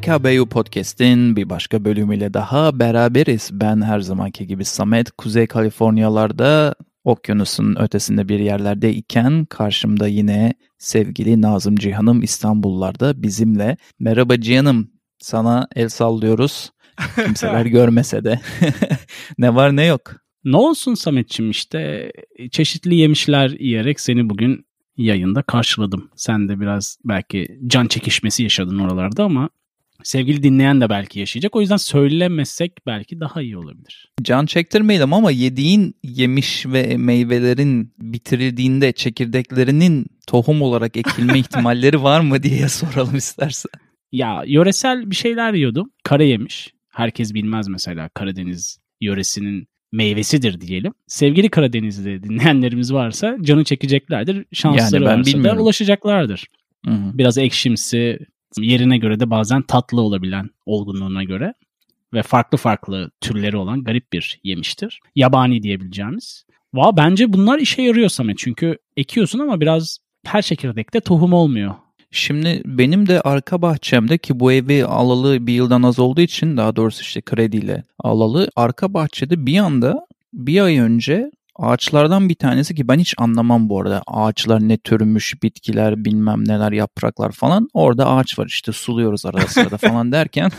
PKBU Podcast'in bir başka bölümüyle daha beraberiz. Ben her zamanki gibi Samet, Kuzey Kaliforniyalarda, okyanusun ötesinde bir yerlerde iken karşımda yine sevgili Nazım Cihan'ım İstanbullarda bizimle. Merhaba Cihan'ım, sana el sallıyoruz. Kimseler görmese de. Ne var ne yok. Ne olsun Samet'ciğim, işte çeşitli yemişler yiyerek seni bugün yayında karşıladım. Sen de biraz belki can çekişmesi yaşadın oralarda ama sevgili dinleyen de belki yaşayacak. O yüzden söylemesek belki daha iyi olabilir. Can çektirmeyelim ama yediğin yemiş ve meyvelerin bitirildiğinde çekirdeklerinin tohum olarak ekilme ihtimalleri var mı diye soralım istersen. Ya yöresel bir şeyler yiyordum. Kara yemiş. Herkes bilmez mesela Karadeniz yöresinin meyvesidir diyelim. Sevgili Karadenizli dinleyenlerimiz varsa canı çekeceklerdir. Şansları yani varsa bilmiyorum. da ulaşacaklardır. Hı-hı. Biraz ekşimsi, yerine göre de bazen tatlı olabilen olgunluğuna göre ve farklı farklı türleri olan garip bir yemiştir. Yabani diyebileceğimiz. Bence bunlar işe yarıyor Samet. Çünkü ekiyorsun ama biraz her çekirdekte tohum olmuyor. Şimdi benim de arka bahçemde, ki bu evi alalı bir yıldan az olduğu için, daha doğrusu işte krediyle alalı, arka bahçede bir anda bir ay önce ağaçlardan bir tanesi, ki ben hiç anlamam bu arada ağaçlar ne türmüş, bitkiler bilmem neler, yapraklar falan, orada ağaç var işte suluyoruz arada sırada falan derken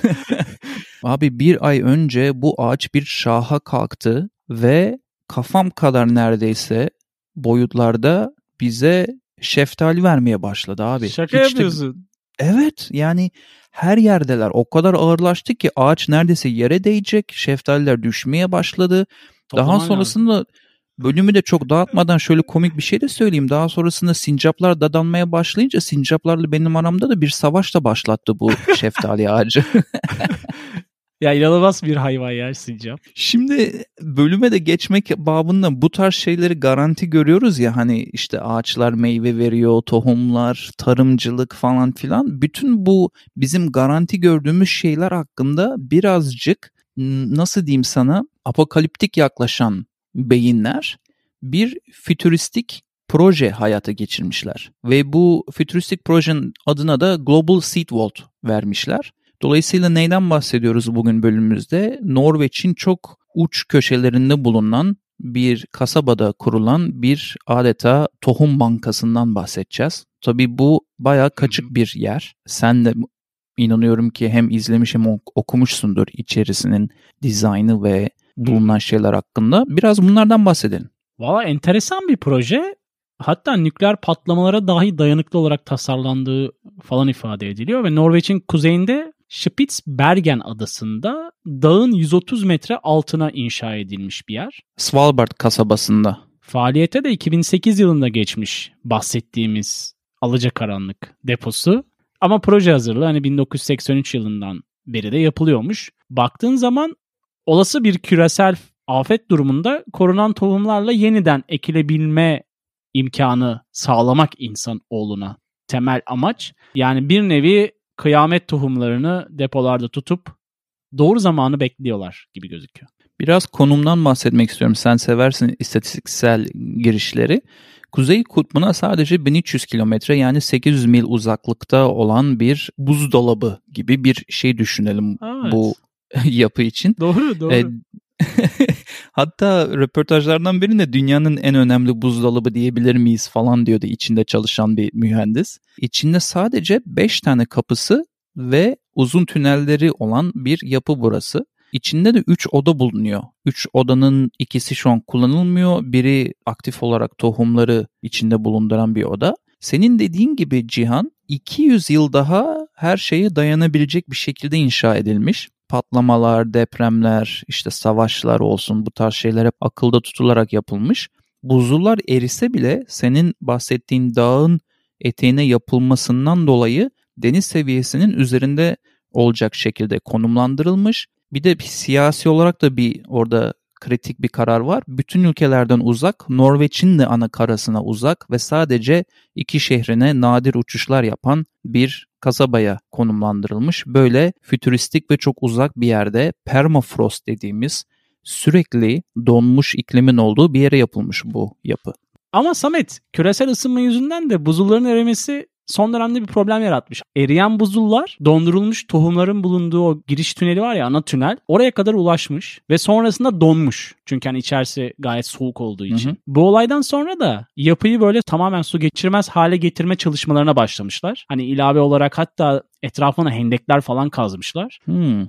abi bir ay önce bu ağaç bir şaha kalktı ve kafam kadar neredeyse boyutlarda bize şeftali vermeye başladı abi. Şaka yapıyorsun. Evet, yani her yerdeler. O kadar ağırlaştı ki ağaç neredeyse yere değecek. Şeftaliler düşmeye başladı. Daha sonrasında bölümü de çok dağıtmadan şöyle komik bir şey de söyleyeyim. Daha sonrasında sincaplar dadanmaya başlayınca sincaplarla benim aramda da bir savaş da başlattı bu şeftali ağacı. Ya inanılmaz bir hayvan ya sincap. Şimdi bölüme de geçmek babından bu tarz şeyleri garanti görüyoruz ya, hani işte ağaçlar meyve veriyor, tohumlar, tarımcılık falan filan. Bütün bu bizim garanti gördüğümüz şeyler hakkında birazcık, nasıl diyeyim sana, apokaliptik yaklaşan beyinler bir fütüristik proje hayata geçirmişler. Ve bu fütüristik projenin adına da Global Seed Vault vermişler. Dolayısıyla neyden bahsediyoruz bugün bölümümüzde? Norveç'in çok uç köşelerinde bulunan bir kasabada kurulan bir adeta tohum bankasından bahsedeceğiz. Tabii bu bayağı kaçık bir yer. Sen de inanıyorum ki hem izlemiş hem okumuşsundur içerisinin dizaynı ve bulunan şeyler hakkında. Biraz bunlardan bahsedelim. Valla enteresan bir proje. Hatta nükleer patlamalara dahi dayanıklı olarak tasarlandığı falan ifade ediliyor ve Norveç'in kuzeyinde Spitsbergen adasında dağın 130 metre altına inşa edilmiş bir yer. Svalbard kasabasında. Faaliyete de 2008 yılında geçmiş bahsettiğimiz Alacakaranlık deposu. Ama proje hazırlığı hani 1983 yılından beri de yapılıyormuş. Baktığın zaman olası bir küresel afet durumunda korunan tohumlarla yeniden ekilebilme imkanı sağlamak insanoğluna temel amaç. Yani bir nevi kıyamet tohumlarını depolarda tutup doğru zamanı bekliyorlar gibi gözüküyor. Biraz konumdan bahsetmek istiyorum. Sen seversin istatistiksel girişleri. Kuzey Kutbu'na sadece 1300 kilometre, yani 800 mil uzaklıkta olan bir buzdolabı gibi bir şey düşünelim, evet, bu yapı için. Doğru. Hatta röportajlardan birinde dünyanın en önemli buzdolabı diyebilir miyiz falan diyordu içinde çalışan bir mühendis. İçinde sadece 5 tane kapısı ve uzun tünelleri olan bir yapı burası. İçinde de 3 oda bulunuyor. 3 odanın ikisi şu an kullanılmıyor. Biri aktif olarak tohumları içinde bulunduran bir oda. Senin dediğin gibi Cihan, 200 yıl daha her şeye dayanabilecek bir şekilde inşa edilmiş. Patlamalar, depremler, işte savaşlar olsun, bu tarz şeyler hep akılda tutularak yapılmış. Buzullar erise bile senin bahsettiğin dağın eteğine yapılmasından dolayı deniz seviyesinin üzerinde olacak şekilde konumlandırılmış. Bir de siyasi olarak da bir orada kritik bir karar var. Bütün ülkelerden uzak, Norveç'in de ana karasına uzak ve sadece 2 şehrine nadir uçuşlar yapan bir kasabaya konumlandırılmış. Böyle fütüristik ve çok uzak bir yerde, permafrost dediğimiz sürekli donmuş iklimin olduğu bir yere yapılmış bu yapı. Ama Samet, küresel ısınma yüzünden de buzulların erimesi son dönemde bir problem yaratmış. Eriyen buzullar dondurulmuş tohumların bulunduğu o giriş tüneli var ya, ana tünel, oraya kadar ulaşmış ve sonrasında donmuş. Çünkü hani içerisi gayet soğuk olduğu için. Hı hı. Bu olaydan sonra da yapıyı böyle tamamen su geçirmez hale getirme çalışmalarına başlamışlar. Hani ilave olarak hatta etrafına hendekler falan kazmışlar.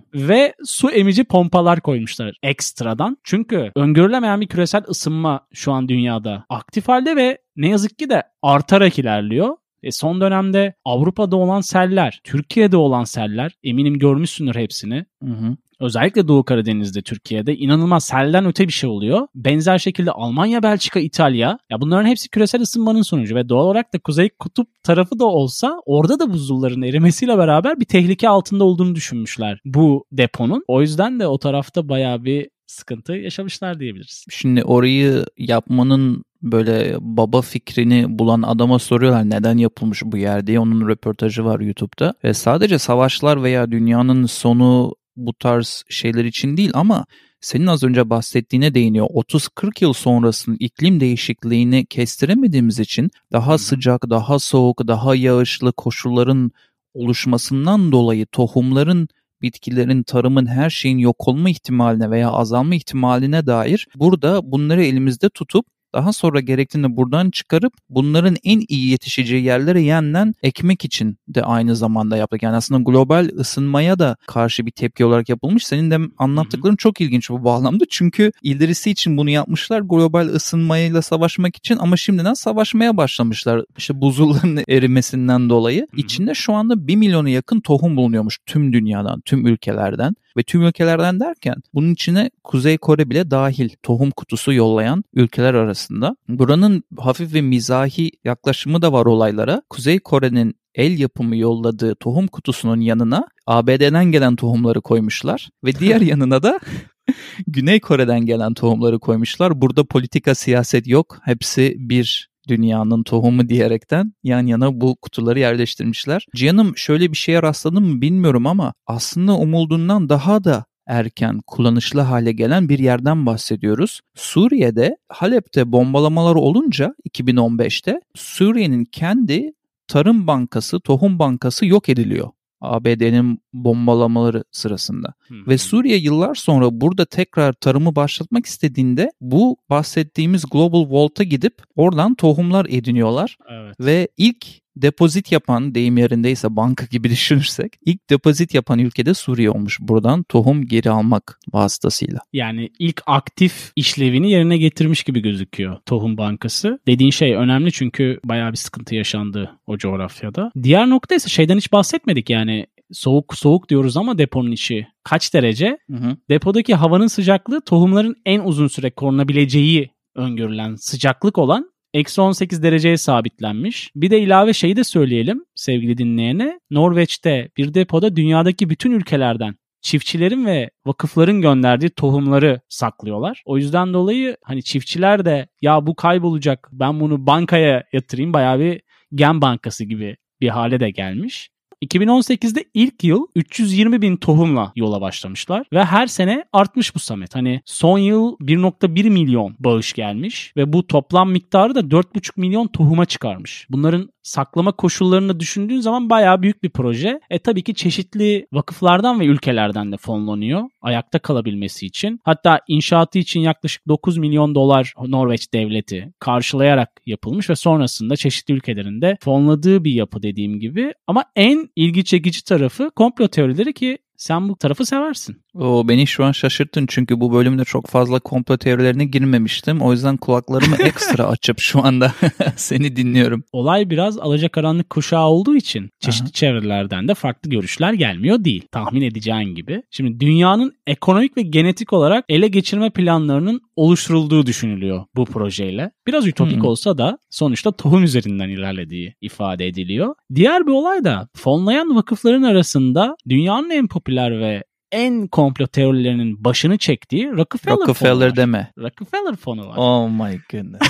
Ve su emici pompalar koymuşlar ekstradan. Çünkü öngörülemeyen bir küresel ısınma şu an dünyada aktif halde ve ne yazık ki de artarak ilerliyor. Son dönemde Avrupa'da olan seller, Türkiye'de olan seller, eminim görmüşsündür hepsini. Hı hı. Özellikle Doğu Karadeniz'de, Türkiye'de inanılmaz selden öte bir şey oluyor. Benzer şekilde Almanya, Belçika, İtalya, ya bunların hepsi küresel ısınmanın sonucu ve doğal olarak da Kuzey Kutup tarafı da olsa orada da buzulların erimesiyle beraber bir tehlike altında olduğunu düşünmüşler bu deponun. O yüzden de o tarafta bayağı bir sıkıntı yaşamışlar diyebiliriz. Şimdi orayı yapmanın böyle baba fikrini bulan adama soruyorlar neden yapılmış bu yer diye. Onun röportajı var YouTube'da. Ve sadece savaşlar veya dünyanın sonu bu tarz şeyler için değil ama senin az önce bahsettiğine değiniyor. 30-40 yıl sonrasının iklim değişikliğini kestiremediğimiz için daha sıcak, daha soğuk, daha yağışlı koşulların oluşmasından dolayı tohumların, bitkilerin, tarımın, her şeyin yok olma ihtimaline veya azalma ihtimaline dair burada bunları elimizde tutup daha sonra gerektiğinde buradan çıkarıp bunların en iyi yetişeceği yerlere yeniden ekmek için de aynı zamanda yaptık. Yani aslında global ısınmaya da karşı bir tepki olarak yapılmış. Senin de anlattıkların çok ilginç bu bağlamda. Çünkü ilerisi için bunu yapmışlar global ısınmayla savaşmak için ama şimdiden savaşmaya başlamışlar. İşte buzulların erimesinden dolayı. İçinde şu anda 1 milyona yakın tohum bulunuyormuş tüm dünyadan, tüm ülkelerden. Ve tüm ülkelerden derken bunun içine Kuzey Kore bile dahil tohum kutusu yollayan ülkeler arasında. Buranın hafif ve mizahi yaklaşımı da var olaylara. Kuzey Kore'nin el yapımı yolladığı tohum kutusunun yanına ABD'den gelen tohumları koymuşlar. Ve diğer yanına da Güney Kore'den gelen tohumları koymuşlar. Burada politika, siyaset yok. Hepsi bir dünyanın tohumu diyerekten yan yana bu kutuları yerleştirmişler. Cihan'ım şöyle bir şeye rastladın mı bilmiyorum ama aslında umulduğundan daha da erken kullanışlı hale gelen bir yerden bahsediyoruz. Suriye'de Halep'te bombalamalar olunca 2015'te Suriye'nin kendi tarım bankası, tohum bankası yok ediliyor. ABD'nin bombalamaları sırasında. Ve Suriye yıllar sonra burada tekrar tarımı başlatmak istediğinde bu bahsettiğimiz Global Vault'a gidip oradan tohumlar ediniyorlar. Evet. Ve ilk depozit yapan, deyim yerindeyse banka gibi düşünürsek, ilk depozit yapan ülkede Suriye olmuş buradan tohum geri almak vasıtasıyla. Yani ilk aktif işlevini yerine getirmiş gibi gözüküyor tohum bankası. Dediğin şey önemli çünkü bayağı bir sıkıntı yaşandı o coğrafyada. Diğer nokta ise şeyden hiç bahsetmedik, yani soğuk diyoruz ama deponun içi kaç derece? Depodaki havanın sıcaklığı tohumların en uzun süre korunabileceği öngörülen sıcaklık olan -18 dereceye sabitlenmiş. Bir de ilave şeyi de söyleyelim sevgili dinleyene. Norveç'te bir depoda dünyadaki bütün ülkelerden çiftçilerin ve vakıfların gönderdiği tohumları saklıyorlar. O yüzden dolayı hani çiftçiler de ya bu kaybolacak, ben bunu bankaya yatırayım, bayağı bir gen bankası gibi bir hale de gelmiş. 2018'de ilk yıl 320 bin tohumla yola başlamışlar ve her sene artmış bu Samet. Hani son yıl 1.1 milyon bağış gelmiş ve bu toplam miktarı da 4.5 milyon tohuma çıkarmış. Bunların saklama koşullarını düşündüğün zaman bayağı büyük bir proje. Tabii ki çeşitli vakıflardan ve ülkelerden de fonlanıyor ayakta kalabilmesi için. Hatta inşaatı için yaklaşık 9 milyon dolar Norveç devleti karşılayarak yapılmış ve sonrasında çeşitli ülkelerin de fonladığı bir yapı dediğim gibi. Ama en ilgi çekici tarafı komplo teorileri ki sen bu tarafı seversin. Beni şu an şaşırttın çünkü bu bölümde çok fazla komplo teorilerine girmemiştim. O yüzden kulaklarımı ekstra açıp şu anda seni dinliyorum. Olay biraz alacakaranlık kuşağı olduğu için çeşitli çevrelerden de farklı görüşler gelmiyor değil. Tahmin edeceğin gibi. Şimdi dünyanın ekonomik ve genetik olarak ele geçirme planlarının oluşturulduğu düşünülüyor bu projeyle. Biraz ütopik olsa da sonuçta tohum üzerinden ilerlediği ifade ediliyor. Diğer bir olay da fonlayan vakıfların arasında dünyanın en popüler ve en komplo teorilerinin başını çektiği Rockefeller fonu var. Deme. Rockefeller fonu var. Oh my goodness.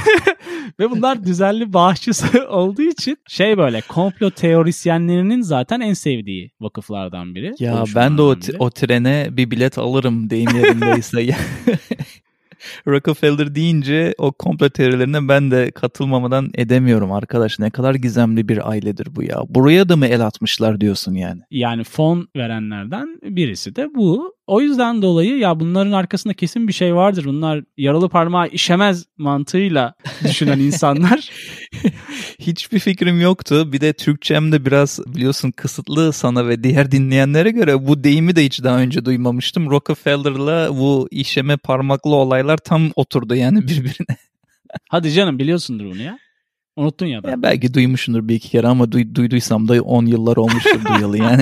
Ve bunlar düzenli bağışçısı olduğu için böyle komplo teorisyenlerinin zaten en sevdiği vakıflardan biri. Ya ben de o trene bir bilet alırım deyim yerindeyse. Rockefeller deyince o komplo teorilerine ben de katılmamadan edemiyorum arkadaş. Ne kadar gizemli bir ailedir bu ya. Buraya da mı el atmışlar diyorsun yani? Yani fon verenlerden birisi de bu. O yüzden dolayı ya bunların arkasında kesin bir şey vardır. Bunlar yaralı parmağı işemez mantığıyla düşünen insanlar. Hiçbir fikrim yoktu. Bir de Türkçem de biraz biliyorsun kısıtlı sana ve diğer dinleyenlere göre bu deyimi de hiç daha önce duymamıştım. Rockefeller'la bu işeme parmaklı olaylar tam oturdu yani birbirine. Hadi canım biliyorsundur bunu ya. Unuttun ya da. Ya belki duymuşsundur bir iki kere ama duyduysam da 10 yıllar olmuştur duyalı yani.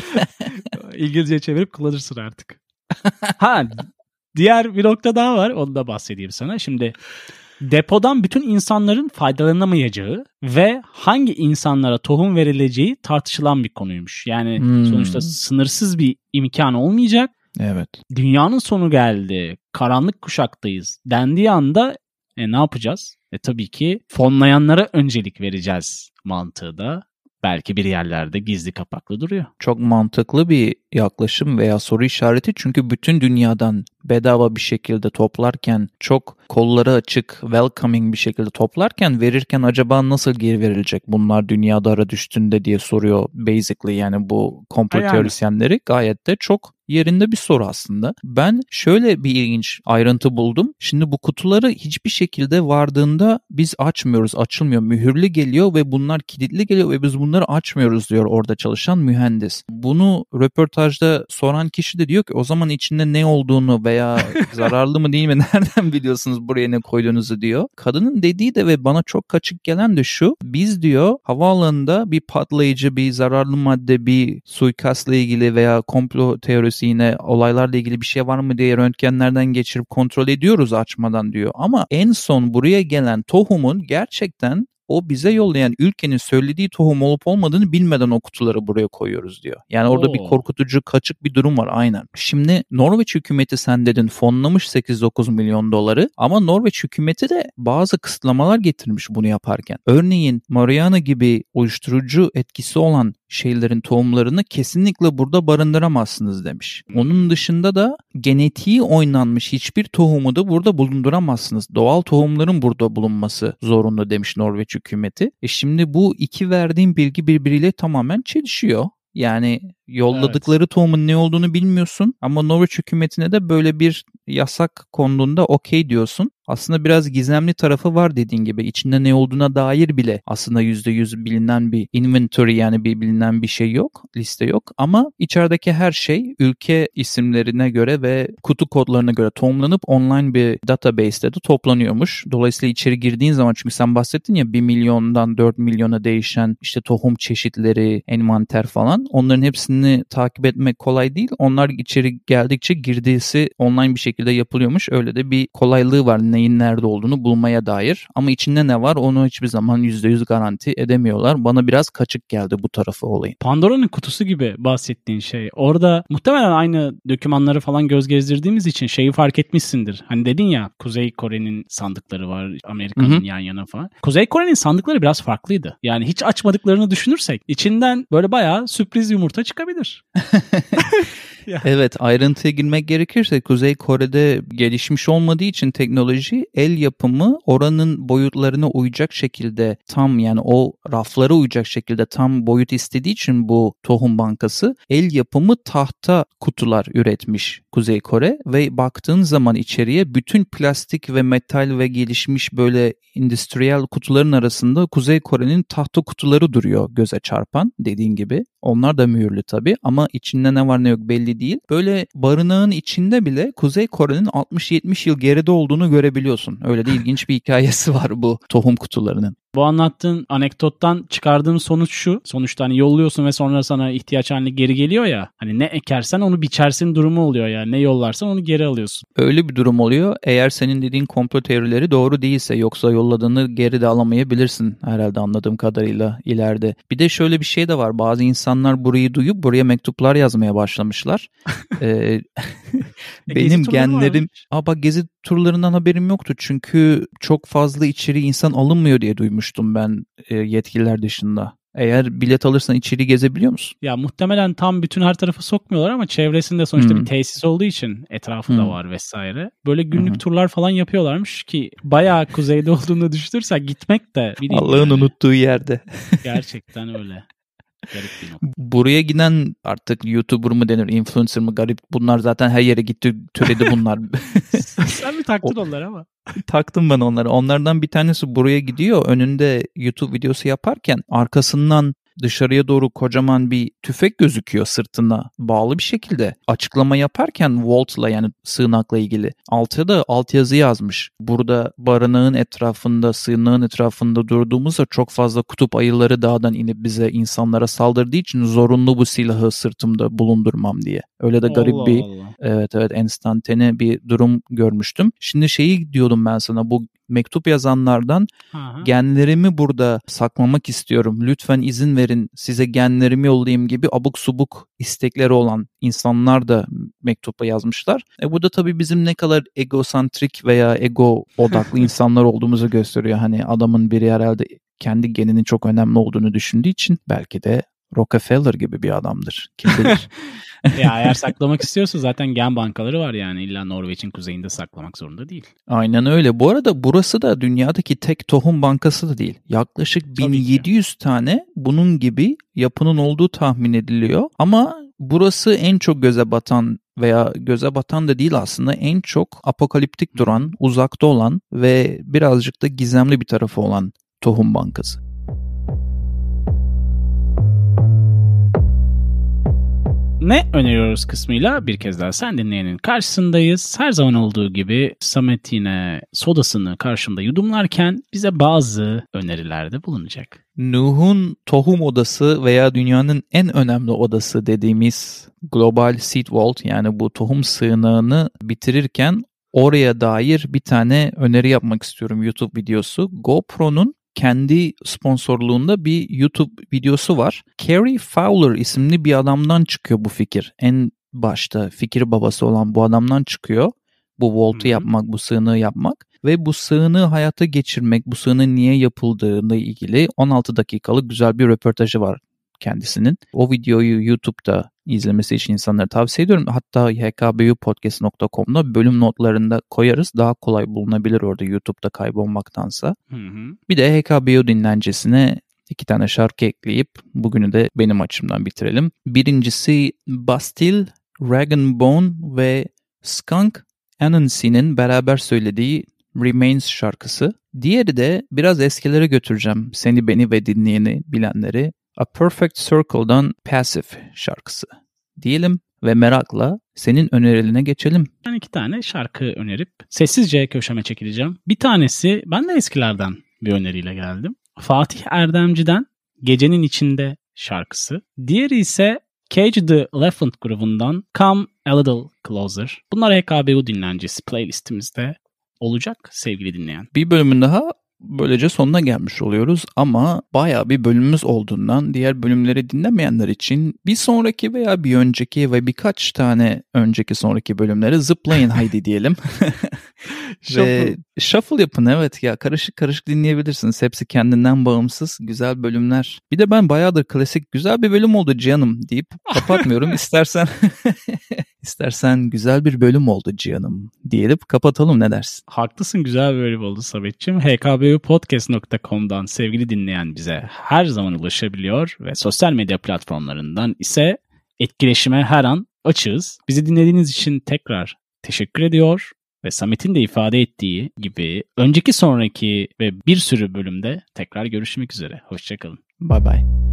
İngilizce çevirip kullanırsın artık. Ha, diğer bir nokta daha var. Onu da bahsedeyim sana. Şimdi depodan bütün insanların faydalanamayacağı ve hangi insanlara tohum verileceği tartışılan bir konuymuş. Yani sonuçta sınırsız bir imkan olmayacak. Evet. Dünyanın sonu geldi. Karanlık kuşaktayız dendiği anda ne yapacağız? Tabii ki fonlayanlara öncelik vereceğiz mantığı da belki bir yerlerde gizli kapaklı duruyor. Çok mantıklı bir yaklaşım veya soru işareti çünkü bütün dünyadan bedava bir şekilde toplarken, çok kolları açık, welcoming bir şekilde toplarken verirken acaba nasıl geri verilecek bunlar dünyada ara düştüğünde diye soruyor basically yani bu komplo teorisyenleri. Gayet de çok yerinde bir soru aslında. Ben şöyle bir ilginç ayrıntı buldum. Şimdi bu kutuları hiçbir şekilde vardığında biz açmıyoruz, açılmıyor. Mühürlü geliyor ve bunlar kilitli geliyor ve biz bunları açmıyoruz diyor orada çalışan mühendis. Bunu röportajda soran kişi de diyor ki o zaman içinde ne olduğunu veya zararlı mı değil mi nereden biliyorsunuz buraya ne koyduğunuzu diyor. Kadının dediği de ve bana çok kaçık gelen de şu. Biz diyor havaalanında bir patlayıcı, bir zararlı madde, bir suikastla ilgili veya komplo teorisi yine olaylarla ilgili bir şey var mı diye röntgenlerden geçirip kontrol ediyoruz açmadan diyor. Ama en son buraya gelen tohumun gerçekten o bize yollayan ülkenin söylediği tohum olup olmadığını bilmeden o kutuları buraya koyuyoruz diyor. Yani orada bir korkutucu, kaçık bir durum var aynen. Şimdi Norveç hükümeti sen dedin fonlamış 8-9 milyon doları ama Norveç hükümeti de bazı kısıtlamalar getirmiş bunu yaparken. Örneğin marihuana gibi uyuşturucu etkisi olan şeylerin tohumlarını kesinlikle burada barındıramazsınız demiş. Onun dışında da genetiği oynanmış hiçbir tohumu da burada bulunduramazsınız. Doğal tohumların burada bulunması zorunda demiş Norveç hükümeti. Şimdi bu iki verdiğim bilgi birbiriyle tamamen çelişiyor. Yani yolladıkları tohumun ne olduğunu bilmiyorsun ama Norveç hükümetine de böyle bir yasak konduğunda okey diyorsun. Aslında biraz gizemli tarafı var dediğin gibi. İçinde ne olduğuna dair bile aslında %100 bilinen bir inventory yani bir bilinen bir şey yok, liste yok. Ama içerideki her şey ülke isimlerine göre ve kutu kodlarına göre tohumlanıp online bir database'de de toplanıyormuş. Dolayısıyla içeri girdiğin zaman çünkü sen bahsettin ya 1 milyondan 4 milyona değişen işte tohum çeşitleri, envanter falan onların hepsini takip etmek kolay değil. Onlar içeri geldikçe girdisi online bir şekilde yapılıyormuş. Öyle de bir kolaylığı var neyin nerede olduğunu bulmaya dair. Ama içinde ne var onu hiçbir zaman %100 garanti edemiyorlar. Bana biraz kaçık geldi bu tarafı olayın. Pandora'nın kutusu gibi bahsettiğin şey. Orada muhtemelen aynı dokümanları falan göz gezdirdiğimiz için şeyi fark etmişsindir. Hani dedin ya Kuzey Kore'nin sandıkları var, Amerika'nın yan yana falan. Kuzey Kore'nin sandıkları biraz farklıydı. Yani hiç açmadıklarını düşünürsek içinden böyle bayağı sürpriz yumurta çıkabilir. Evet, ayrıntıya girmek gerekirse Kuzey Kore'de gelişmiş olmadığı için teknoloji el yapımı oranın boyutlarına uyacak şekilde tam yani o raflara uyacak şekilde tam boyut istediği için bu tohum bankası el yapımı tahta kutular üretmiş Kuzey Kore ve baktığın zaman içeriye bütün plastik ve metal ve gelişmiş böyle endüstriyel kutuların arasında Kuzey Kore'nin tahta kutuları duruyor göze çarpan dediğin gibi. Onlar da mühürlü tabii ama içinde ne var ne yok belli değil. Böyle barınağın içinde bile Kuzey Kore'nin 60-70 yıl geride olduğunu görebiliyorsun. Öyle de ilginç bir hikayesi var bu tohum kutularının. Bu anlattığın anekdottan çıkardığım sonuç şu. Sonuçta hani yolluyorsun ve sonra sana ihtiyaç haline geri geliyor ya. Hani ne ekersen onu biçersin durumu oluyor yani. Ne yollarsan onu geri alıyorsun. Öyle bir durum oluyor. Eğer senin dediğin komplo teorileri doğru değilse yoksa yolladığını geri de alamayabilirsin herhalde anladığım kadarıyla ileride. Bir de şöyle bir şey de var. Bazı insanlar burayı duyup buraya mektuplar yazmaya başlamışlar. Benim genlerim... Bak gezi turlarından haberim yoktu. Çünkü çok fazla içeri insan alınmıyor diye duymuştum ben yetkililer dışında. Eğer bilet alırsan içeri gezebiliyor musun? Ya muhtemelen tam bütün her tarafa sokmuyorlar ama çevresinde sonuçta bir tesis olduğu için etrafı da var vesaire. Böyle günlük turlar falan yapıyorlarmış ki bayağı kuzeyde olduğunu düşünürsen gitmek de Allah'ın unuttuğu yerde. Gerçekten öyle. Garip bir nokta. Buraya giden artık YouTuber mı denir, influencer mı, garip, bunlar zaten her yere gitti, türedi bunlar. Sen mi taktın onları ama? Taktım ben onları. Onlardan bir tanesi buraya gidiyor. Önünde YouTube videosu yaparken arkasından dışarıya doğru kocaman bir tüfek gözüküyor sırtına bağlı bir şekilde. Açıklama yaparken Vault'la, yani sığınakla ilgili altıya da altyazı yazmış. Burada barınağın etrafında, sığınağın etrafında durduğumuzda çok fazla kutup ayıları dağdan inip bize, insanlara saldırdığı için zorunlu bu silahı sırtımda bulundurmam diye. Öyle de garip bir evet enstantane bir durum görmüştüm. Şimdi şeyi diyordum ben sana, bu mektup yazanlardan genlerimi burada saklamak istiyorum, lütfen izin verin size genlerimi yollayayım gibi abuk subuk istekleri olan insanlar da mektupla yazmışlar. Bu da tabii bizim ne kadar egosantrik veya ego odaklı insanlar olduğumuzu gösteriyor. Hani adamın biri herhalde kendi geninin çok önemli olduğunu düşündüğü için belki de Rockefeller gibi bir adamdır. Kim bilir. Ya eğer saklamak istiyorsa zaten gen bankaları var, yani illa Norveç'in kuzeyinde saklamak zorunda değil. Aynen öyle. Bu arada burası da dünyadaki tek tohum bankası da değil. Yaklaşık 1700 tane bunun gibi yapının olduğu tahmin ediliyor. Ama burası en çok göze batan veya göze batan da değil aslında, en çok apokaliptik duran, uzakta olan ve birazcık da gizemli bir tarafı olan tohum bankası. Ne öneriyoruz kısmıyla bir kez daha sen dinleyenin karşısındayız. Her zaman olduğu gibi Samet yine sodasını karşımda yudumlarken bize bazı önerilerde bulunacak. Nuh'un tohum odası veya dünyanın en önemli odası dediğimiz Global Seed Vault, yani bu tohum sığınağını bitirirken oraya dair bir tane öneri yapmak istiyorum, YouTube videosu. GoPro'nun kendi sponsorluğunda bir YouTube videosu var. Cary Fowler isimli bir adamdan çıkıyor bu fikir. En başta fikir babası olan bu adamdan çıkıyor. Bu vault'u yapmak, bu sığınağı yapmak ve bu sığınağı hayata geçirmek, bu sığınağın niye yapıldığıyla ilgili 16 dakikalık güzel bir röportajı var kendisinin. O videoyu YouTube'da izlemesi için insanlara tavsiye ediyorum. Hatta hkbupodcast.com'da bölüm notlarında koyarız. Daha kolay bulunabilir orada, YouTube'da kaybolmaktansa. Bir de HKBU dinlencesine 2 tane şarkı ekleyip bugünü de benim açımdan bitirelim. Birincisi Bastille, Rag & Bone ve Skunk Anansi'nin beraber söylediği Remains şarkısı. Diğeri de biraz eskilere götüreceğim seni, beni ve dinleyeni, bilenleri. A Perfect Circle'dan Passive şarkısı diyelim ve merakla senin önerilerine geçelim. Ben 2 tane şarkı önerip sessizce köşeme çekileceğim. Bir tanesi, ben de eskilerden bir öneriyle geldim. Fatih Erdemci'den Gecenin İçinde şarkısı. Diğeri ise Cage the Elephant grubundan Come a Little Closer. Bunlar HKBU dinlencesi playlistimizde olacak sevgili dinleyen. Bir bölümün daha böylece sonuna gelmiş oluyoruz ama bayağı bir bölümümüz olduğundan diğer bölümleri dinlemeyenler için bir sonraki veya bir önceki ve birkaç tane önceki sonraki bölümleri zıplayın haydi diyelim. Ve shuffle yapın, evet ya, karışık karışık dinleyebilirsiniz. Hepsi kendinden bağımsız güzel bölümler. Bir de ben bayağıdır klasik güzel bir bölüm oldu canım deyip kapatmıyorum. İstersen güzel bir bölüm oldu canım diyelim kapatalım, ne dersin? Haklısın, güzel bir bölüm oldu Samet'ciğim. hkbupodcast.com'dan sevgili dinleyen bize her zaman ulaşabiliyor ve sosyal medya platformlarından ise etkileşime her an açığız. Bizi dinlediğiniz için tekrar teşekkür ediyor ve Samet'in de ifade ettiği gibi önceki, sonraki ve bir sürü bölümde tekrar görüşmek üzere. Hoşçakalın. Bye bye.